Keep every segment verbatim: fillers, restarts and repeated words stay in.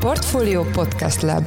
Portfolio Podcast Lab.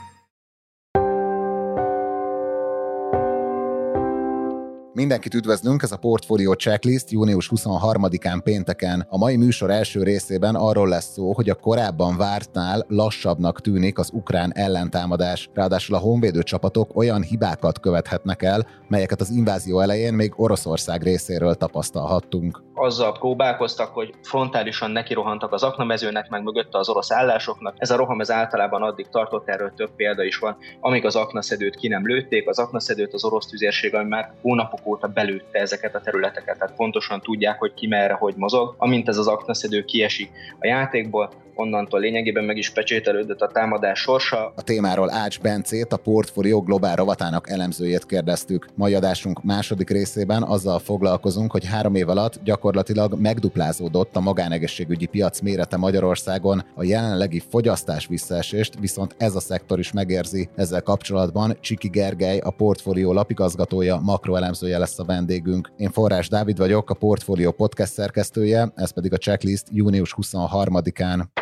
Mindenkit üdvözlünk, ez a Portfolio Checklist június huszonharmadikán pénteken. A mai műsor első részében arról lesz szó, hogy a korábban vártnál lassabbnak tűnik az ukrán ellentámadás. Ráadásul a honvédő csapatok olyan hibákat követhetnek el, melyeket az invázió elején még Oroszország részéről tapasztalhattunk. Azzal próbálkoztak, hogy frontálisan nekirohantak az aknamezőnek, meg mögötte az orosz állásoknak. Ez a roham ez általában addig tartott, erről több példa is van, amíg az aknaszedőt ki nem lőtték. Az aknaszedőt az orosz tüzérség, ami már hónapok óta belőtte ezeket a területeket, tehát pontosan tudják, hogy ki merre, hogy mozog. Amint ez az aknaszedő kiesik a játékból, onnantól lényegében meg is pecsételődött a támadás sorsa. A témáról Ács Bencét, a Portfolio Globál rovatának elemzőjét kérdeztük. Mai adásunk második részében azzal foglalkozunk, hogy három év alatt gyakorlatilag megduplázódott a magánegészségügyi piac mérete Magyarországon, a jelenlegi fogyasztás visszaesést viszont ez a szektor is megérzi. Ezzel kapcsolatban Csiki Gergely, a Portfolio lapigazgatója, makroelemzője lesz a vendégünk. Én Forrás Dávid vagyok, a Portfolio podcast szerkesztője, ez pedig a checklist június huszonharmadikán.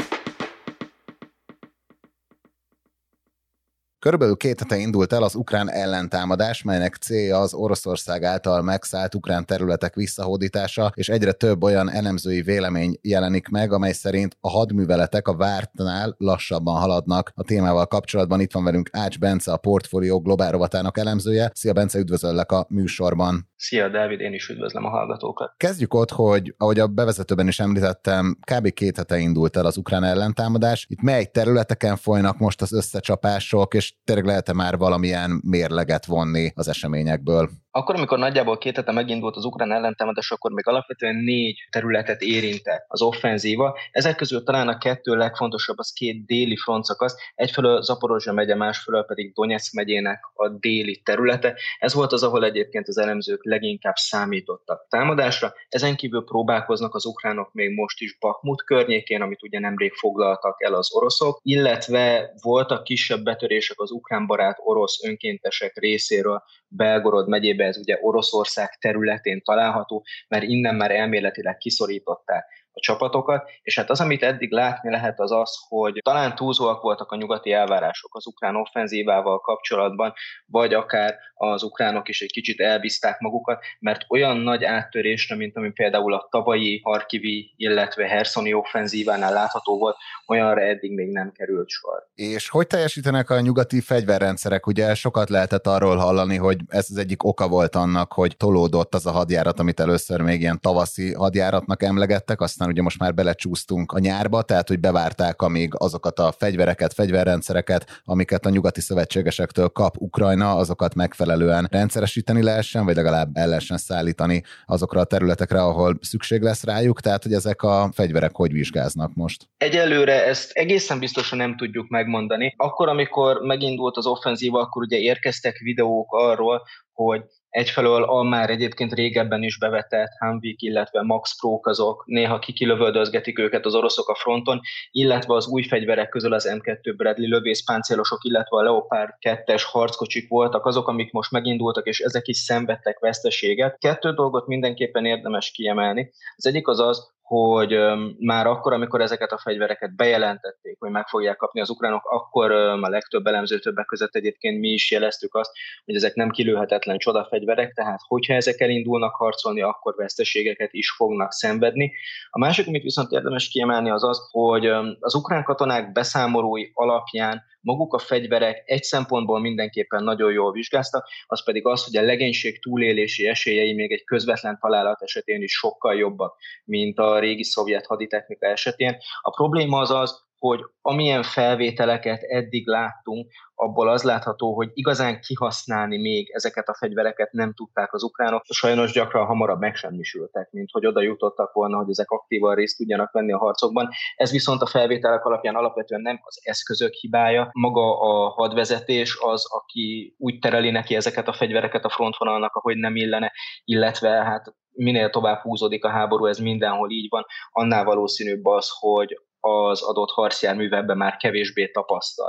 Körülbelül két hete indult el az ukrán ellentámadás, melynek célja az Oroszország által megszállt ukrán területek visszahódítása, és egyre több olyan elemzői vélemény jelenik meg, amely szerint a hadműveletek a vártnál lassabban haladnak. A témával kapcsolatban itt van velünk Ács Bence, a Portfolio Globál rovatának elemzője. Szia Bence, üdvözöllek a műsorban. Szia Dávid, én is üdvözlöm a hallgatókat. Kezdjük ott, hogy ahogy a bevezetőben is említettem, kb. két hete indult el az ukrán ellentámadás. Itt mely területeken folynak most az összecsapások, és tényleg lehet-e már valamilyen mérleget vonni az eseményekből? Akkor, amikor nagyjából két hete megindult az ukrán ellentámadás, akkor még alapvetően négy területet érintett az offenzíva. Ezek közül talán a kettő legfontosabb az két déli frontszakasz, egyfelől Zaporozsja megye, másfelől pedig Donyeck megyének a déli területe. Ez volt az, ahol egyébként az elemzők leginkább számítottak támadásra. Ezen kívül próbálkoznak az ukránok még most is Bakhmut környékén, amit ugye nemrég foglaltak el az oroszok, illetve voltak kisebb betörések az ukránbarát orosz önkéntesek részéről Belgorod megyében. Ez ugye Oroszország területén található, mert innen már elméletileg kiszorították a csapatokat, és hát az, amit eddig látni lehet, az az, hogy talán túlzóak voltak a nyugati elvárások az ukrán offenzívával kapcsolatban, vagy akár az ukránok is egy kicsit elbízták magukat, mert olyan nagy áttörésre, mint ami például a tavalyi harkivi, illetve herszoni offenzívánál látható volt, olyanra eddig még nem került sor. És hogy teljesítenek a nyugati fegyverrendszerek? Ugye sokat lehetett arról hallani, hogy ez az egyik oka volt annak, hogy tolódott az a hadjárat, amit először még ilyen tavaszi hadjáratnak emlegettek, aztán ugye most már belecsúsztunk a nyárba, tehát hogy bevárták, amíg azokat a fegyvereket, fegyverrendszereket, amiket a nyugati szövetségesektől kap Ukrajna, azokat megfelelően rendszeresíteni lehessen, vagy legalább el lehessen szállítani azokra a területekre, ahol szükség lesz rájuk, tehát hogy ezek a fegyverek hogy vizsgáznak most? Egyelőre ezt egészen biztosan nem tudjuk megmondani. Akkor, amikor megindult az offenzíva, akkor ugye érkeztek videók arról, hogy egyfelől a már egyébként régebben is bevetett Humvee, illetve Max Pro-k azok néha kikilövöldözgetik őket az oroszok a fronton, illetve az új fegyverek közül az em kettő Bradley lövészpáncélosok, illetve a Leopard kettes harckocsik voltak azok, amik most megindultak, és ezek is szenvedtek veszteséget. Kettő dolgot mindenképpen érdemes kiemelni. Az egyik az az, hogy um, már akkor, amikor ezeket a fegyvereket bejelentették, hogy meg fogják kapni az ukránok, akkor um, a legtöbb elemző többek között egyébként mi is jeleztük azt, hogy ezek nem kilőhetetlen csodafegyverek, tehát hogyha ezek elindulnak harcolni, akkor veszteségeket is fognak szenvedni. A másik, amit viszont érdemes kiemelni, az az, hogy um, az ukrán katonák beszámolói alapján maguk a fegyverek egy szempontból mindenképpen nagyon jól vizsgáztak, az pedig az, hogy a legénység túlélési esélyei még egy közvetlen találat esetén is sokkal jobbak, mint a régi szovjet haditechnika esetén. A probléma az az, hogy amilyen felvételeket eddig láttunk, abból az látható, hogy igazán kihasználni még ezeket a fegyvereket nem tudták az ukránok. Sajnos gyakran hamarabb megsemmisültek, mint hogy oda jutottak volna, hogy ezek aktívan részt tudjanak venni a harcokban. Ez viszont a felvételek alapján alapvetően nem az eszközök hibája, maga a hadvezetés az, aki úgy tereli neki ezeket a fegyvereket a frontvonalnak, ahogy nem illene, illetve hát minél tovább húzódik a háború, ez mindenhol így van, annál valószínűbb az, hogy az adott harcjármű ebben már kevésbé tapasztalt,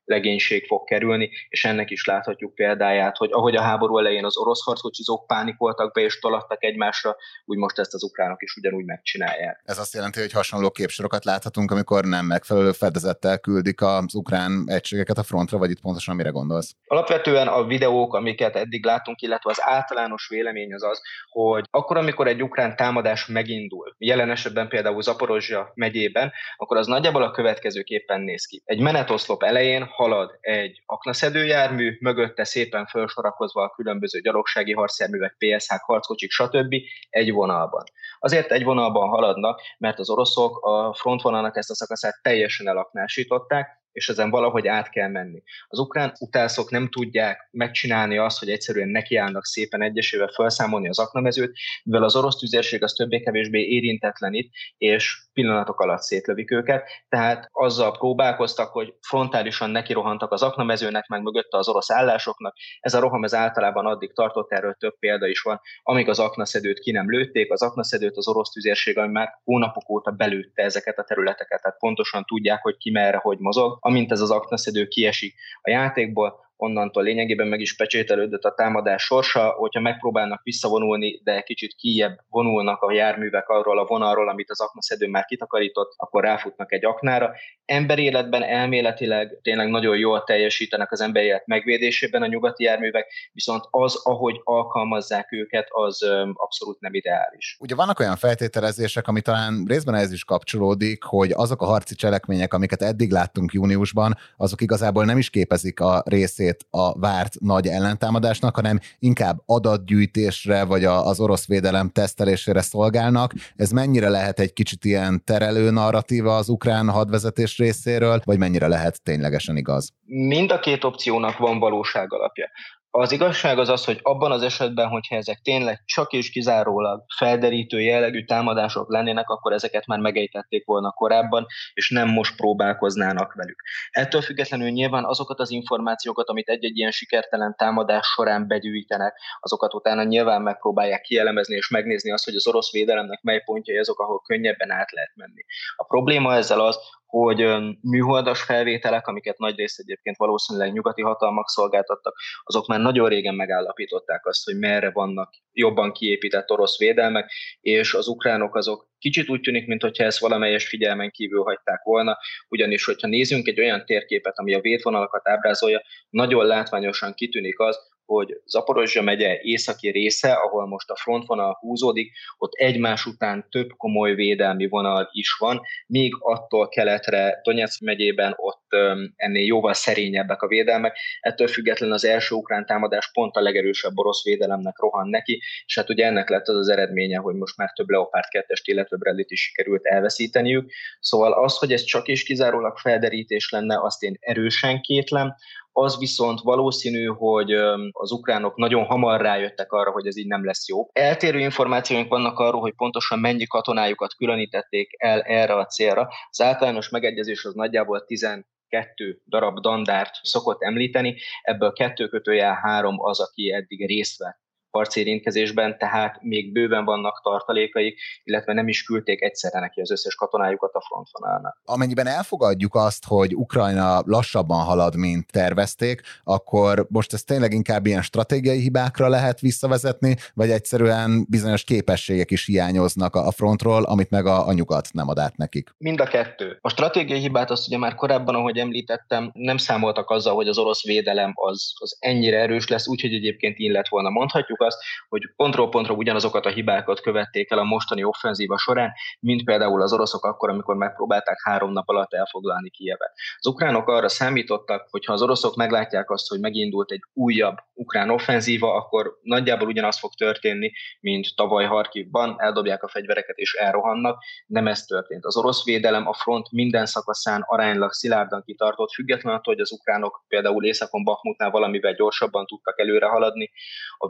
legénység fog kerülni, és ennek is láthatjuk példáját, hogy ahogy a háború elején az orosz harckocsizók pánikoltak be és tolattak egymásra, úgy most ezt az ukránok is ugyanúgy megcsinálják. Ez azt jelenti, hogy hasonló képsorokat láthatunk, amikor nem megfelelő fedezettel küldik az ukrán egységeket a frontra, vagy itt pontosan mire gondolsz? Alapvetően a videók, amiket eddig látunk, illetve az általános vélemény az az, hogy akkor, amikor egy ukrán támadás megindul, jelen esetben például Zaporozsja megyében, akkor az nagyjából a következőképpen néz ki. Egy menetoszlop elején halad egy aknaszedőjármű, mögötte szépen felsorakozva a különböző gyalogsági harcjárművek, pé es hák, harckocsik, stb. Egy vonalban. Azért egy vonalban haladnak, mert az oroszok a frontvonalnak ezt a szakaszát teljesen elaknásították, és ezen valahogy át kell menni. Az ukrán utászok nem tudják megcsinálni azt, hogy egyszerűen nekiállnak szépen egyesével felszámolni az aknamezőt, mivel az orosz tüzérség az többé-kevésbé érintetlen itt, és pillanatok alatt szétlövik őket, tehát azzal próbálkoztak, hogy frontálisan nekirohantak az aknamezőnek, meg mögötte az orosz állásoknak. Ez a roham ez általában addig tartott, erről több példa is van, amíg az aknaszedőt ki nem lőtték, az aknaszedőt az orosz tüzérség, ami már hónapok óta belőtte ezeket a területeket, tehát pontosan tudják, hogy ki merre, hogy mozog. Amint ez az aknaszedő kiesik a játékból, onnantól lényegében meg is pecsételődött a támadás sorsa, hogyha megpróbálnak visszavonulni, de kicsit kijebb vonulnak a járművek arról a vonalról, amit az aknaszedő már kitakarított, akkor ráfutnak egy aknára. Emberéletben elméletileg tényleg nagyon jól teljesítenek az emberélet megvédésében a nyugati járművek, viszont az, ahogy alkalmazzák őket, az abszolút nem ideális. Ugye vannak olyan feltételezések, ami talán részben ez is kapcsolódik, hogy azok a harci cselekmények, amiket eddig láttunk júniusban, azok igazából nem is képezik a részét a várt nagy ellentámadásnak, hanem inkább adatgyűjtésre vagy az orosz védelem tesztelésére szolgálnak. Ez mennyire lehet egy kicsit ilyen terelő narratíva az ukrán hadvezetés részéről, vagy mennyire lehet ténylegesen igaz? Mind a két opciónak van valóság alapja. Az igazság az az, hogy abban az esetben, hogyha ezek tényleg csak és kizárólag felderítő jellegű támadások lennének, akkor ezeket már megejtették volna korábban, és nem most próbálkoznának velük. Ettől függetlenül nyilván azokat az információkat, amit egy-egy ilyen sikertelen támadás során begyűjtenek, azokat utána nyilván megpróbálják kielemezni és megnézni azt, hogy az orosz védelemnek mely pontjai azok, ahol könnyebben át lehet menni. A probléma ezzel az, hogy műholdas felvételek, amiket nagyrészt egyébként valószínűleg nyugati hatalmak szolgáltattak, azok már nagyon régen megállapították azt, hogy merre vannak jobban kiépített orosz védelmek, és az ukránok azok kicsit úgy tűnik, mintha ezt valamelyes figyelmen kívül hagyták volna, ugyanis, hogyha nézzünk egy olyan térképet, ami a védvonalakat ábrázolja, nagyon látványosan kitűnik az, hogy Zaporozsja megye északi része, ahol most a frontvonal húzódik, ott egymás után több komoly védelmi vonal is van, míg attól keletre Donyeck megyében ott ennél jóval szerényebbek a védelmek. Ettől függetlenül az első ukrán támadás pont a legerősebb orosz védelemnek rohan neki, és hát ugye ennek lett az az eredménye, hogy most már több Leopard kettest, illetve Bradley-t is sikerült elveszíteniük. Szóval az, hogy ez csak és kizárólag felderítés lenne, azt én erősen kétlem. Az viszont valószínű, hogy az ukránok nagyon hamar rájöttek arra, hogy ez így nem lesz jó. Eltérő információink vannak arról, hogy pontosan mennyi katonájukat különítették el erre a célra. Az általános megegyezés az nagyjából tizenkettő darab dandárt szokott említeni, ebből kettő kötőjel három az, aki eddig részt vett harcérintkezésben, tehát még bőven vannak tartalékaik, illetve nem is küldték egyszerre neki az összes katonájukat a frontvonalnak. Amennyiben elfogadjuk azt, hogy Ukrajna lassabban halad, mint tervezték, akkor most ez tényleg inkább ilyen stratégiai hibákra lehet visszavezetni, vagy egyszerűen bizonyos képességek is hiányoznak a frontról, amit meg a, a nyugat nem ad át nekik? Mind a kettő. A stratégiai hibát azt ugye már korábban, ahogy említettem, nem számoltak azzal, hogy az orosz védelem az, az ennyire erős lesz, úgyhogy egyébként így lett volna. Mondhatjuk azt, hogy pontról pontra ugyanazokat a hibákat követték el a mostani offenzíva során, mint például az oroszok akkor, amikor megpróbálták három nap alatt elfoglalni Kijevet. Az ukránok arra számítottak, hogy ha az oroszok meglátják azt, hogy megindult egy újabb ukrán offenzíva, akkor nagyjából ugyanaz fog történni, mint tavaly Harkivban, eldobják a fegyvereket és elrohannak. Nem ez történt. Az orosz védelem a front minden szakaszán aránylag szilárdan kitartott, függetlenül attól, hogy az ukránok például északon Bakhmutnál valamivel gyorsabban tudtak előre haladni. A védők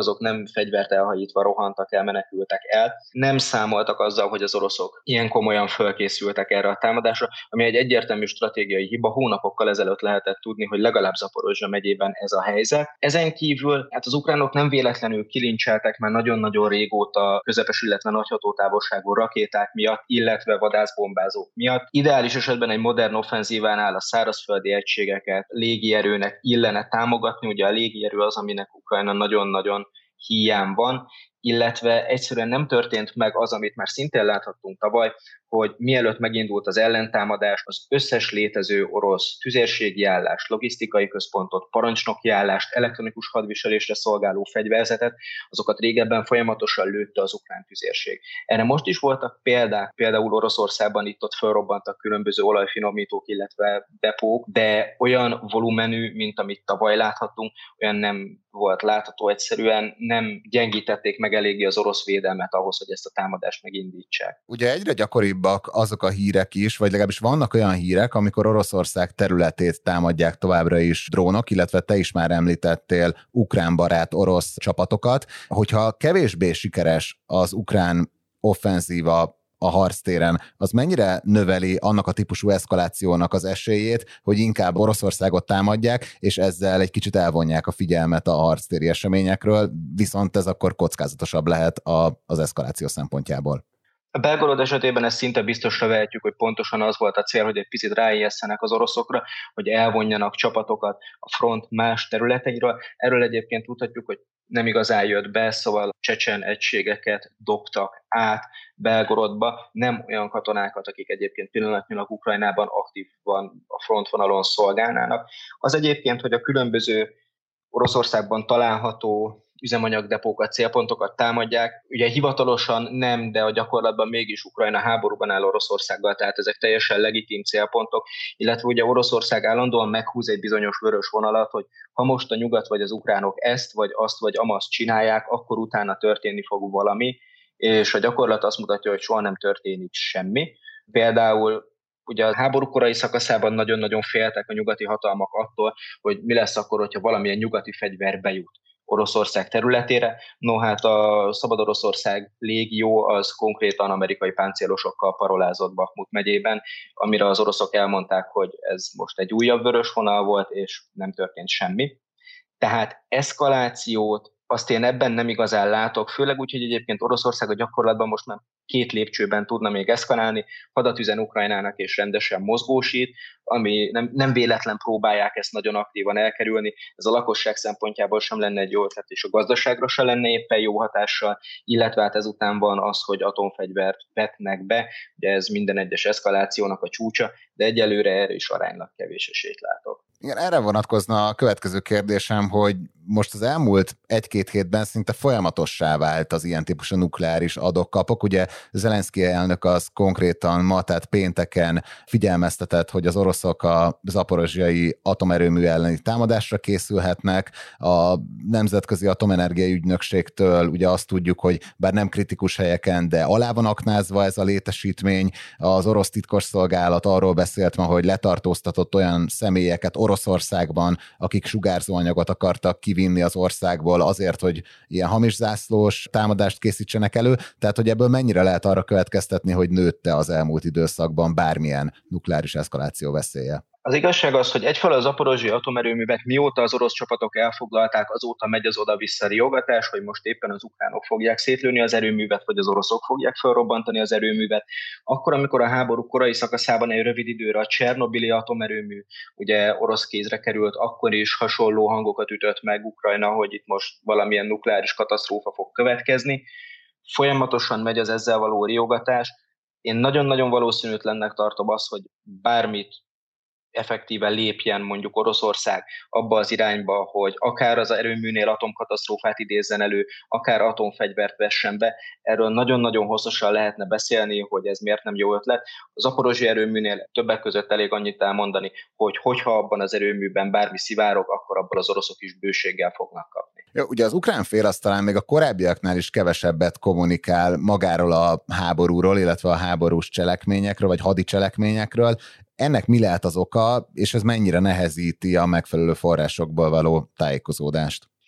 azok nem fegyvert elhajítva rohantak el, menekültek el. Nem számoltak azzal, hogy az oroszok ilyen komolyan fölkészültek erre a támadásra, ami egy egyértelmű stratégiai hiba. Hónapokkal ezelőtt lehetett tudni, hogy legalább Zaporozsja megyében ez a helyzet. Ezen kívül hát az ukránok nem véletlenül kilincseltek már nagyon-nagyon régóta közepes, illetve nagy hatótávolságú rakéták miatt, illetve vadászbombázók miatt. Ideális esetben egy modern offenzívánál a szárazföldi egységeket légierőnek illene támogatni, ugye a légierő az, aminek Ukrajna nagyon-nagyon hiány van, illetve egyszerűen nem történt meg az, amit már szintén láthattunk tavaly, hogy mielőtt megindult az ellentámadás, az összes létező orosz tüzérségi állást, logisztikai központot, parancsnoki állást, elektronikus hadviselésre szolgáló fegyverzetet, azokat régebben folyamatosan lőtte az ukrán tüzérség. Erre most is voltak példák, például Oroszországban itt-ott felrobbantak különböző olajfinomítók, illetve depók, de olyan volumenű, mint amit tavaly láthattunk, olyan nem volt látható, egyszerűen nem gyengítették meg eléggé az orosz védelmet ahhoz, hogy ezt a támadást megindítsák. Ugye egyre gyakoribbak azok a hírek is, vagy legalábbis vannak olyan hírek, amikor Oroszország területét támadják továbbra is drónok, illetve te is már említettél ukrán barát orosz csapatokat. Hogyha kevésbé sikeres az ukrán offenzíva a harctéren, az mennyire növeli annak a típusú eszkalációnak az esélyét, hogy inkább Oroszországot támadják, és ezzel egy kicsit elvonják a figyelmet a harctéri eseményekről, viszont ez akkor kockázatosabb lehet a, az eszkaláció szempontjából. A Belgorod esetében ezt szinte biztosra vehetjük, hogy pontosan az volt a cél, hogy egy picit ráijesszenek az oroszokra, hogy elvonjanak csapatokat a front más területeiről. Erről egyébként tudhatjuk, hogy nem igazán jött be, szóval csecsen egységeket dobtak át Belgorodba, nem olyan katonákat, akik egyébként pillanatnyilag Ukrajnában aktívan a frontvonalon szolgálnának. Az egyébként, hogy a különböző Oroszországban található üzemanyagdepókat, célpontokat támadják. Ugye hivatalosan nem, de a gyakorlatban mégis Ukrajna háborúban áll Oroszországgal, tehát ezek teljesen legitim célpontok, illetve ugye Oroszország állandóan meghúz egy bizonyos vörös vonalat, hogy ha most a nyugat vagy az ukránok ezt, vagy azt, vagy amazt csinálják, akkor utána történni fog valami, és a gyakorlat azt mutatja, hogy soha nem történik semmi. Például ugye a háború korai szakaszában nagyon-nagyon féltek a nyugati hatalmak attól, hogy mi lesz akkor, hogyha valamilyen nyugati fegyver bejut Oroszország területére. No, hát a Szabad Oroszország légió az konkrétan amerikai páncélosokkal parolázott Bakhmut megyében, amire az oroszok elmondták, hogy ez most egy újabb vörös vonal volt, és nem történt semmi. Tehát eszkalációt azt én ebben nem igazán látok, főleg úgy, hogy egyébként Oroszország a gyakorlatban most már két lépcsőben tudna még eszkalálni, hadat üzen Ukrajnának és rendesen mozgósít, ami nem, nem véletlen próbálják ezt nagyon aktívan elkerülni, ez a lakosság szempontjából sem lenne egy jó ötlet, és a gazdaságra sem lenne éppen jó hatással, illetve hát ezután van az, hogy atomfegyvert vetnek be, ugye ez minden egyes eszkalációnak a csúcsa, de egyelőre erre is aránylag kevés esélyt látok. Igen, erre vonatkozna a következő kérdésem, hogy most az elmúlt egy-két hétben szinte folyamatossá vált az ilyen típusú nukleáris adok-kapok. Ugye Zelenszkij elnök az konkrétan ma, tehát pénteken figyelmeztetett, hogy az oroszok a zaporozsjai atomerőmű elleni támadásra készülhetnek. A Nemzetközi Atomenergiai Ügynökségtől ugye azt tudjuk, hogy bár nem kritikus helyeken, de alá van aknázva ez a létesítmény. Az orosz titkosszolgálat arról beszélt ma, hogy letartóztatott olyan személyeket Oroszországban, akik sugárzóanyagot akartak kivinni az országból azért, hogy ilyen hamis zászlós támadást készítsenek elő, tehát hogy ebből mennyire lehet arra következtetni, hogy nőtte az elmúlt időszakban bármilyen nukleáris eszkaláció veszélye? Az igazság az, hogy egyfelől a zaporozsjai atomerőművet mióta az orosz csapatok elfoglalták, azóta megy az oda-vissza riogatás, hogy most éppen az ukránok fogják szétlőni az erőművet, vagy az oroszok fogják felrobbantani az erőművet. Akkor, amikor a háború korai szakaszában egy rövid időre a Csernobili atomerőmű ugye orosz kézre került, akkor is hasonló hangokat ütött meg Ukrajna, hogy itt most valamilyen nukleáris katasztrófa fog következni. Folyamatosan megy az ezzel való riogatás. Én nagyon-nagyon valószínűtlennek tartom azt, hogy bármit effektíven lépjen mondjuk Oroszország abba az irányba, hogy akár az erőműnél atomkatasztrófát idézzen elő, akár atomfegyvert vessen be. Erről nagyon-nagyon hosszasan lehetne beszélni, hogy ez miért nem jó ötlet. Az zaporozsjai erőműnél többek között elég annyit elmondani, hogy hogyha abban az erőműben bármi szivárog, akkor abban az oroszok is bőséggel fognak kapni. Jó, ugye az ukrán fél az talán még a korábbiaknál is kevesebbet kommunikál magáról a háborúról, illetve a háborús cselekményekről, vagy hadicselekményekről. Ennek mi lehet az oka, és ez mennyire nehezíti a megfelelő forrásokból való tájékozódást?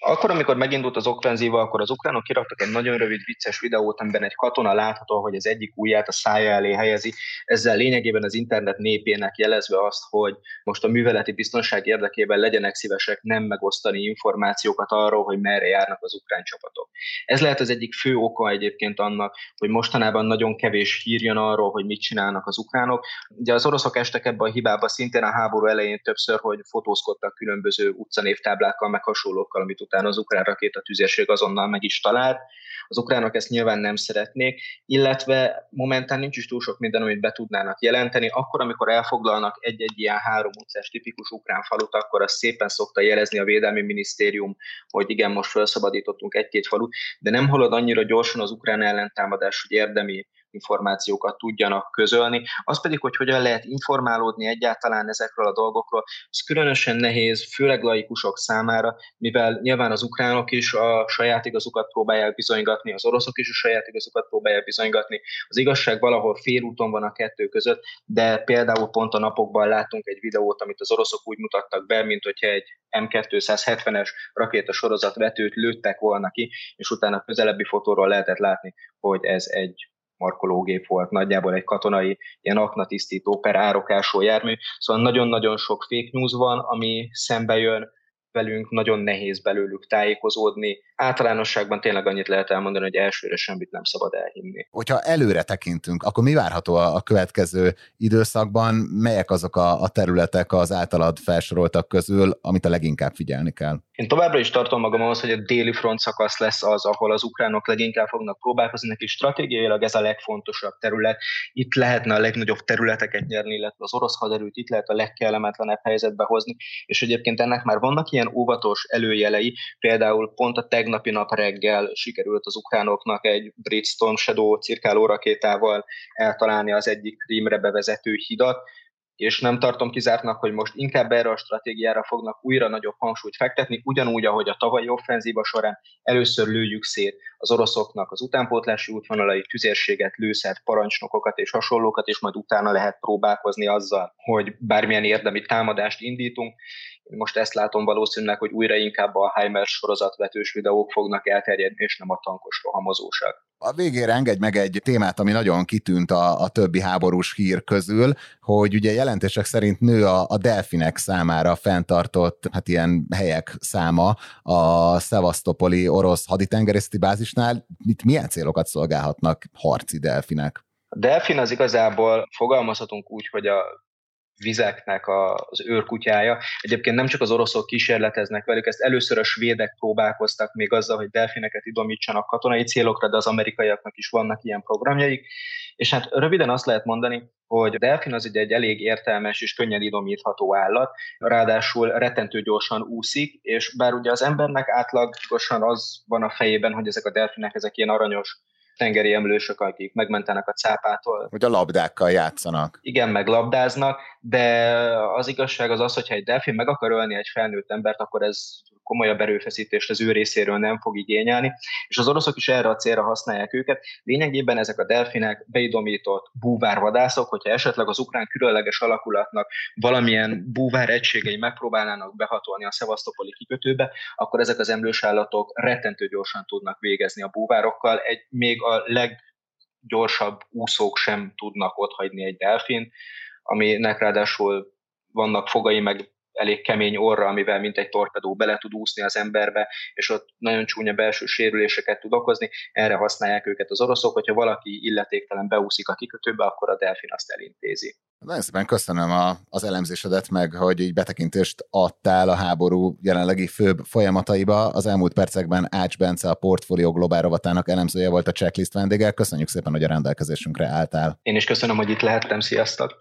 Akkor, amikor megindult az offenzíva, akkor az ukránok kiraktak egy nagyon rövid vicces videót, amiben egy katona látható, hogy az egyik ujját a szája elé helyezi, ezzel lényegében az internet népének jelezve azt, hogy most a műveleti biztonság érdekében legyenek szívesek nem megosztani információkat arról, hogy merre járnak az ukrán csapatok. Ez lehet az egyik fő oka egyébként annak, hogy mostanában nagyon kevés hír jön arról, hogy mit csinálnak az ukránok. Ugye az oroszok estek ebbe a hibába szintén a háború elején többször, hogy fotózkodtak különböző utcanévtáblákkal, meg hasonlókkal, amit utána az ukrán rakétatüzérség azonnal meg is talált. Az ukránok ezt nyilván nem szeretnék, illetve momentán nincs is túl sok minden, amit be tudnának jelenteni. Akkor, amikor elfoglalnak egy-egy ilyen három utcás tipikus ukrán falut, akkor azt szépen szokta jelezni a Védelmi Minisztérium, hogy igen, most felszabadítottunk egy-két falut, de nem halad annyira gyorsan az ukrán ellentámadás, hogy érdemi információkat tudjanak közölni. Az pedig, hogy hogyan lehet informálódni egyáltalán ezekről a dolgokról, ez különösen nehéz, főleg laikusok számára, mivel nyilván az ukránok is a saját igazukat próbálják bizonygatni, az oroszok is a saját igazukat próbálják bizonygatni. Az igazság valahol félúton van a kettő között, de például pont a napokban láttunk egy videót, amit az oroszok úgy mutattak be, mint hogyha egy em kétszázhetvenes rakétasorozat vetőt lőttek volna ki, és utána közelebbi fotóról lehetett látni, hogy ez egy markológép volt, nagyjából egy katonai ilyen aknatisztító per árokásó jármű. Szóval nagyon-nagyon sok fake news van, ami szembe jön velünk, nagyon nehéz belőlük tájékozódni. Általánosságban tényleg annyit lehet elmondani, hogy elsőre semmit nem szabad elhinni. Hogyha előre tekintünk, akkor mi várható a következő időszakban? Melyek azok a, a területek az általad felsoroltak közül, amit a leginkább figyelni kell? Én továbbra is tartom magam ahhoz, hogy a déli front szakasz lesz az, ahol az ukránok leginkább fognak próbálkozni, neki stratégiailag ez a legfontosabb terület. Itt lehetne a legnagyobb területeket nyerni, illetve az orosz haderőt itt lehet a legkellemetlenebb helyzetbe hozni, és egyébként ennek már vannak ilyen óvatos előjelei, például pont a tegnapi nap reggel sikerült az ukránoknak egy brit Storm Shadow cirkáló rakétával eltalálni az egyik Krímre bevezető hidat, és nem tartom kizártnak, hogy most inkább erre a stratégiára fognak újra nagyobb hangsúlyt fektetni, ugyanúgy, ahogy a tavalyi offenzíva során először lőjük szét az oroszoknak az utánpótlási útvonalai, tüzérséget, lőszert, parancsnokokat és hasonlókat, és majd utána lehet próbálkozni azzal, hogy bármilyen érdemi támadást indítunk. Most ezt látom valószínűleg, hogy újra inkább a HIMARS sorozatvetős videók fognak elterjedni, és nem a tankos rohamozósak. A végére engedj meg egy témát, ami nagyon kitűnt a, a többi háborús hír közül, hogy ugye jelentések szerint nő a, a delfinek számára fenntartott hát ilyen helyek száma a szevasztopoli orosz haditengerészeti bázisnál. Mit, milyen célokat szolgálhatnak harci delfinek? A delfin az igazából fogalmazhatunk úgy, hogy a vizeknek az őrkutyája. Egyébként nem csak az oroszok kísérleteznek velük, ezt először a svédek próbálkoztak még azzal, hogy delfineket idomítsanak katonai célokra, de az amerikaiaknak is vannak ilyen programjaik. És hát röviden azt lehet mondani, hogy a delfin az ugye egy elég értelmes és könnyen idomítható állat, ráadásul rettentő gyorsan úszik, és bár ugye az embernek átlagosan az van a fejében, hogy ezek a delfinek ezek ilyen aranyos tengeri emlősök, akik megmentenek a cápától. Hogy a labdákkal játszanak. Igen, meg labdáznak, de az igazság az az, hogyha egy delfin meg akar ölni egy felnőtt embert, akkor ez komolyabb erőfeszítést az ő részéről nem fog igényelni, és az oroszok is erre a célra használják őket. Lényegében ezek a delfinek beidomított búvárvadászok, hogyha esetleg az ukrán különleges alakulatnak valamilyen búvár egységei megpróbálnának behatolni a szevasztopoli kikötőbe, akkor ezek az emlős állatok rettentő gyorsan tudnak végezni a búvárokkal. Egy, még a leggyorsabb úszók sem tudnak otthagyni egy delfin, aminek ráadásul vannak fogai, meg elég kemény orra, amivel mint egy torpedó bele tud úszni az emberbe, és ott nagyon csúnya belső sérüléseket tud okozni. Erre használják őket az oroszok, hogyha valaki illetéktelen beúszik a kikötőbe, akkor a delfin azt elintézi. Nagyon szépen köszönöm a, az elemzésedet meg, hogy így betekintést adtál a háború jelenlegi főbb folyamataiba. Az elmúlt percekben Ács Bence, a Portfolio Globál rovatának elemzője volt a Checklist vendége. Köszönjük szépen, hogy a rendelkezésünkre álltál. Én is köszönöm, hogy itt lehettem. Sziasztok!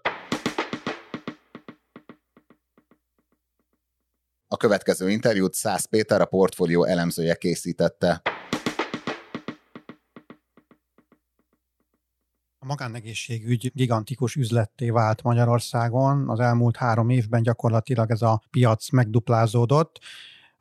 A következő interjút Szász Péter, a Portfolio elemzője készítette. A magánegészségügy gigantikus üzletté vált Magyarországon. Az elmúlt három évben gyakorlatilag ez a piac megduplázódott.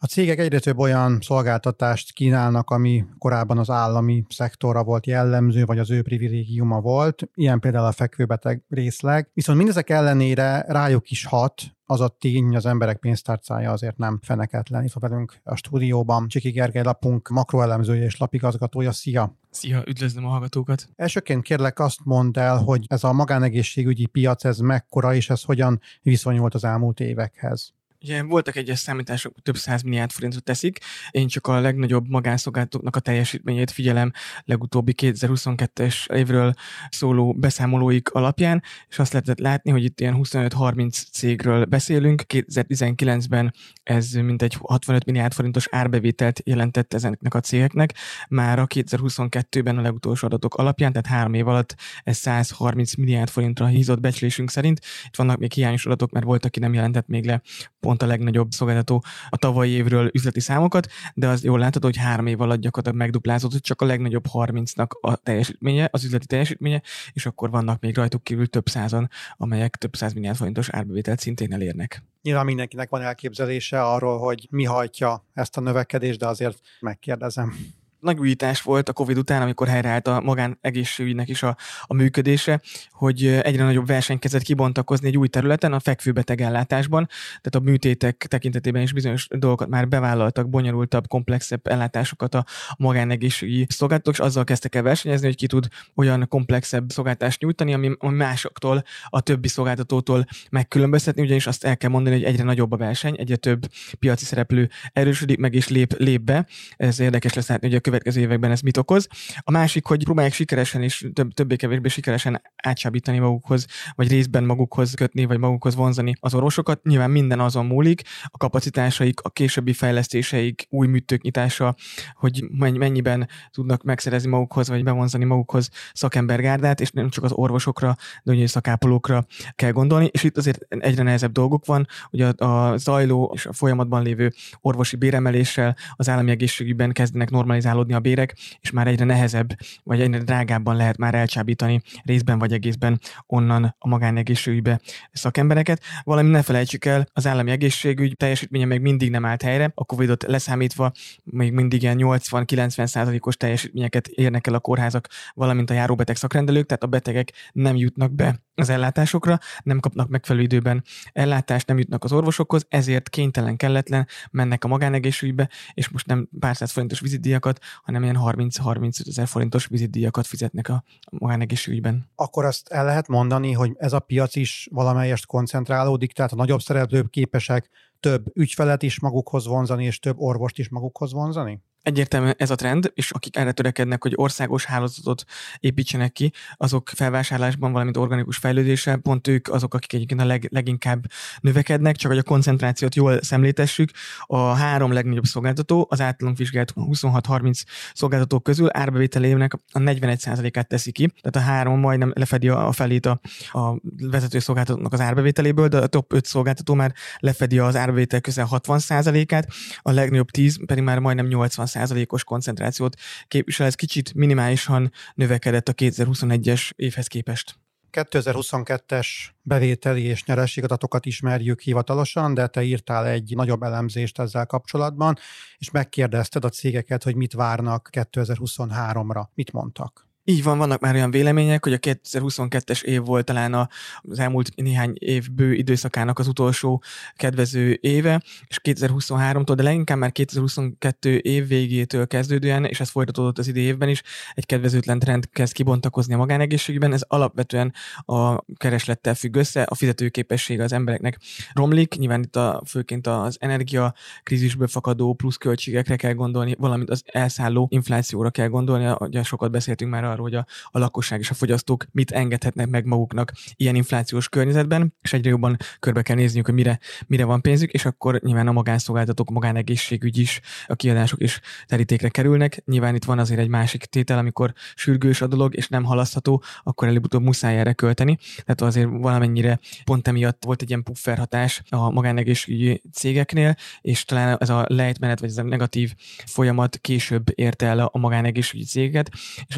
A cégek egyre több olyan szolgáltatást kínálnak, ami korábban az állami szektorra volt jellemző, vagy az ő privilégiuma volt, ilyen például a fekvőbeteg részleg. Viszont mindezek ellenére rájuk is hat az a tény, hogy az emberek pénztárcája azért nem feneketlen. Itt van velünk a stúdióban Csiki Gergely, lapunk makroelemzője és lapigazgatója. Szia! Szia, üdvözlöm a hallgatókat! Elsőként kérlek azt mondd el, hogy ez a magánegészségügyi piac, ez mekkora, és ez hogyan viszonyult az elmúlt évekhez? Ugye voltak egyes számítások, több száz milliárd forintot teszik. Én csak a legnagyobb magánszolgáltatóknak a teljesítményét figyelem legutóbbi kétezer-huszonkettes évről szóló beszámolóik alapján, és azt lehetett látni, hogy itt ilyen huszonöt-harminc cégről beszélünk. kétezer-tizenkilencben ez mintegy hatvanöt milliárd forintos árbevételt jelentett ezeknek a cégeknek. Már a kétezer-huszonkettőben a legutolsó adatok alapján, tehát három év alatt ez száz harminc milliárd forintra hízott becslésünk szerint. Itt vannak még hiányos adatok, mert volt, aki nem jelentett még le pont a legnagyobb szolgáltató a tavalyi évről üzleti számokat, de az jól látható, hogy három év alatt gyakorlatilag megduplázódott csak a legnagyobb harmincnak a teljesítménye, az üzleti teljesítménye, és akkor vannak még rajtuk kívül több százan, amelyek több száz milliárd forintos árbevételt szintén elérnek. Nyilván mindenkinek van elképzelése arról, hogy mi hajtja ezt a növekedést, de azért megkérdezem. Nagy újítás volt a Covid után, amikor helyreállt a magánegészségügynek is a, a működése, hogy egyre nagyobb verseny kezdett kibontakozni egy új területen, a fekvőbetegellátásban, tehát a műtétek tekintetében is bizonyos dolgokat már bevállaltak, bonyolultabb, komplexebb ellátásokat a magánegészségügyi szolgáltatók, és azzal kezdtek el versenyezni, hogy ki tud olyan komplexebb szolgáltást nyújtani, ami, ami másoktól, a többi szolgáltatótól megkülönböztetni, ugyanis azt el kell mondani, hogy egyre nagyobb a verseny, egyre több piaci szereplő erősödik meg és lép, lép be. Ez érdekes lesz látni, hogy a következő években ez mit okoz. A másik, hogy próbálják sikeresen és több, többé-kevésbé sikeresen átsábítani magukhoz, vagy részben magukhoz kötni, vagy magukhoz vonzani az orvosokat. Nyilván minden azon múlik, a kapacitásaik, a későbbi fejlesztéseik, új műtők nyitása, hogy mennyiben tudnak megszerezni magukhoz, vagy bevonzani magukhoz szakembergárdát, és nem csak az orvosokra, de ugye szakápolókra kell gondolni, és itt azért egyre nehezebb dolgok van, ugye a, a zajló és a folyamatban lévő orvosi béremeléssel az állami egészségügyben kezdenek normalizálódni a bérek, és már egyre nehezebb, vagy egyre drágábban lehet már elcsábítani részben vagy egészben onnan a magánegészségügybe szakembereket. Valami ne felejtsük el, az állami egészségügy teljesítménye még mindig nem állt helyre, a Covidot leszámítva még mindig ilyen nyolcvan-kilencven százalékos teljesítményeket érnek el a kórházak, valamint a járóbeteg szakrendelők, tehát a betegek nem jutnak be az ellátásokra, nem kapnak megfelelő időben ellátást, nem jutnak az orvosokhoz, ezért kénytelen, kelletlen mennek a magánegészségügybe, és most nem pár száz forintos vizitdíjakat, hanem ilyen harminc-harmincöt ezer forintos vizitdíjakat fizetnek a magánegészségügyben. Akkor azt el lehet mondani, hogy ez a piac is valamelyest koncentrálódik, tehát a nagyobb szereplők képesek több ügyfelet is magukhoz vonzani, és több orvost is magukhoz vonzani? Egyértelműen ez a trend, és akik erre törekednek, hogy országos hálózatot építsenek ki, azok felvásárlásban, valamint organikus fejlődéssel, pont ők azok, akik egyébként a leg, leginkább növekednek, csak hogy a koncentrációt jól szemléltessük. A három legnagyobb szolgáltató, az általunk vizsgált huszonhat-harminc szolgáltatók közül árbevételének a negyvenegy százalékát teszi ki, tehát a három majdnem lefedi a felét a, a vezető szolgáltatónak az árbevételéből, de a top öt szolgáltató már lefedi az árbevétel közel hatvan százalékát, a legnagyobb tíz pedig már majdnem nyolcvan százalékos koncentrációt képvisel, ez kicsit minimálisan növekedett a kétezer-huszonegyes évhez képest. kétezer-huszonkettes bevételi és nyereségadatokat ismerjük hivatalosan, de te írtál egy nagyobb elemzést ezzel kapcsolatban, és megkérdezted a cégeket, hogy mit várnak kétezer-huszonháromra. Mit mondtak? Így van, vannak már olyan vélemények, hogy a kétezer-huszonkettes év volt talán az elmúlt néhány év bő időszakának az utolsó kedvező éve, és kétezer-huszonháromtól, de leginkább már kétezer-huszonkettő év végétől kezdődően, és ez folytatódott az idei évben is, egy kedvezőtlen trend kezd kibontakozni a magánegészségügyben. Ez alapvetően a kereslettel függ össze, a fizetőképessége az embereknek romlik, nyilván itt a, főként az energia krízisből fakadó pluszköltségekre kell gondolni, valamint az elszálló inflációra kell gondolni, ugye sokat beszéltünk már arról, hogy a, a lakosság és a fogyasztók mit engedhetnek meg maguknak ilyen inflációs környezetben, és egyre jobban körbe kell nézniük, hogy mire, mire van pénzük, és akkor nyilván a magánszolgáltatók, a magánegészségügy is, a kiadások is terítékre kerülnek. Nyilván itt van azért egy másik tétel, amikor sürgős a dolog, és nem halasztható, akkor előbb-utóbb muszáj erre költeni. Tehát azért valamennyire pont emiatt volt egy ilyen pufferhatás a magánegészségügyi cégeknél, és talán ez a lejtmenet, vagy ez a negatív folyamat később érte el a magánegészségügyi cégeket, és az idei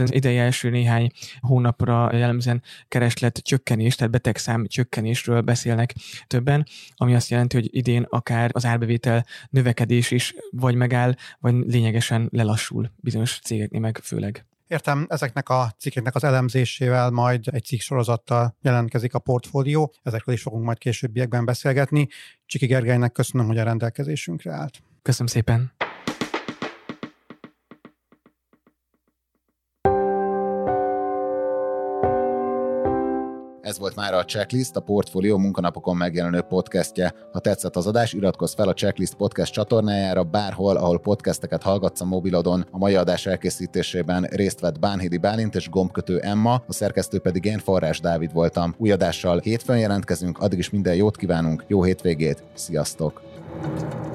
első néhány hónapra jellemzően kereslet csökkenés, tehát betegszám csökkenésről beszélnek többen, ami azt jelenti, hogy idén akár az árbevétel növekedés is vagy megáll, vagy lényegesen lelassul bizonyos cégeknél meg főleg. Értem, ezeknek a cikkeknek az elemzésével majd egy cikk sorozattal jelentkezik a portfólió, ezekről is fogunk majd későbbiekben beszélgetni. Csiki Gergelynek köszönöm, hogy a rendelkezésünkre állt. Köszönöm szépen! Ez volt már a Checklist, a Portfólió munkanapokon megjelenő podcastje. Ha tetszett az adás, iratkozz fel a Checklist podcast csatornájára bárhol, ahol podcasteket hallgatsz a mobilodon. A mai adás elkészítésében részt vett Bánhidi Bálint és gombkötő Emma, a szerkesztő pedig én, Forrás Dávid voltam. Új adással hétfőn jelentkezünk, addig is minden jót kívánunk, jó hétvégét, sziasztok!